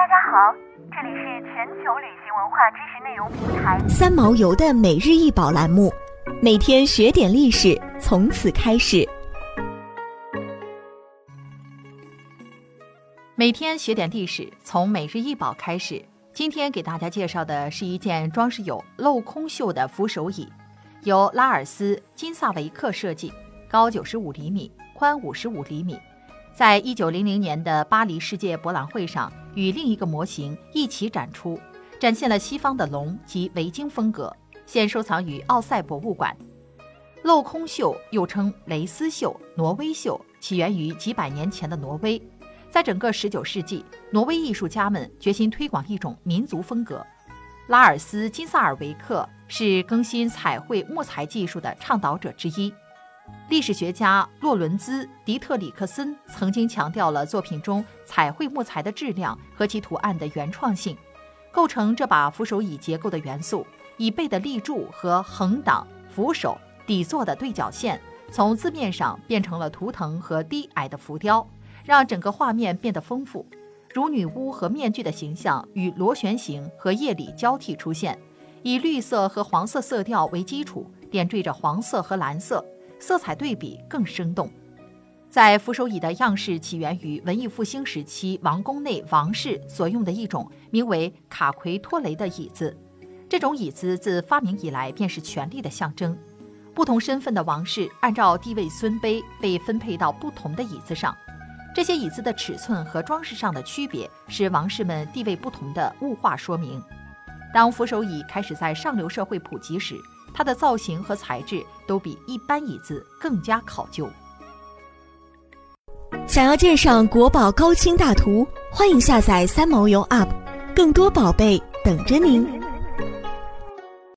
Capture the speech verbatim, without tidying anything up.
家好，这里是全球旅行文化知识内容平台三毛游的每日一宝栏目，每天学点历史，从此开始。 每天学点历史，从每日一宝开始。今天给大家介绍的是一件装饰有镂空绣的扶手椅，由拉尔斯金萨维克设计，高九十五厘米，宽五十五厘米。在一九零零年的巴黎世界博览会上，与另一个模型一起展出，展现了西方的龙及维京风格，现收藏于奥赛博物馆。镂空绣又称蕾丝绣、挪威绣，起源于几百年前的挪威。在整个十九世纪，挪威艺术家们决心推广一种民族风格。拉尔斯金萨尔维克是更新彩绘木材技术的倡导者之一。历史学家洛伦兹·迪特里克森曾经强调了作品中彩绘木材的质量和其图案的原创性。构成这把扶手椅结构的元素，椅背的立柱和横挡、扶手、底座的对角线，从字面上变成了图腾和低矮的浮雕，让整个画面变得丰富。如女巫和面具的形象与螺旋形和叶理交替出现，以绿色和黄色色调为基础，点缀着黄色和蓝色，色彩对比更生动。在扶手椅的样式起源于文艺复兴时期王宫内王室所用的一种名为卡奎托雷的椅子。这种椅子自发明以来便是权力的象征，不同身份的王室按照地位尊卑被分配到不同的椅子上。这些椅子的尺寸和装饰上的区别是王室们地位不同的物化说明。当扶手椅开始在上流社会普及时，它的造型和材质都比一般椅子更加考究。 想要鉴赏国宝高清大图，欢迎下载三毛游 App， 更多宝贝等着您。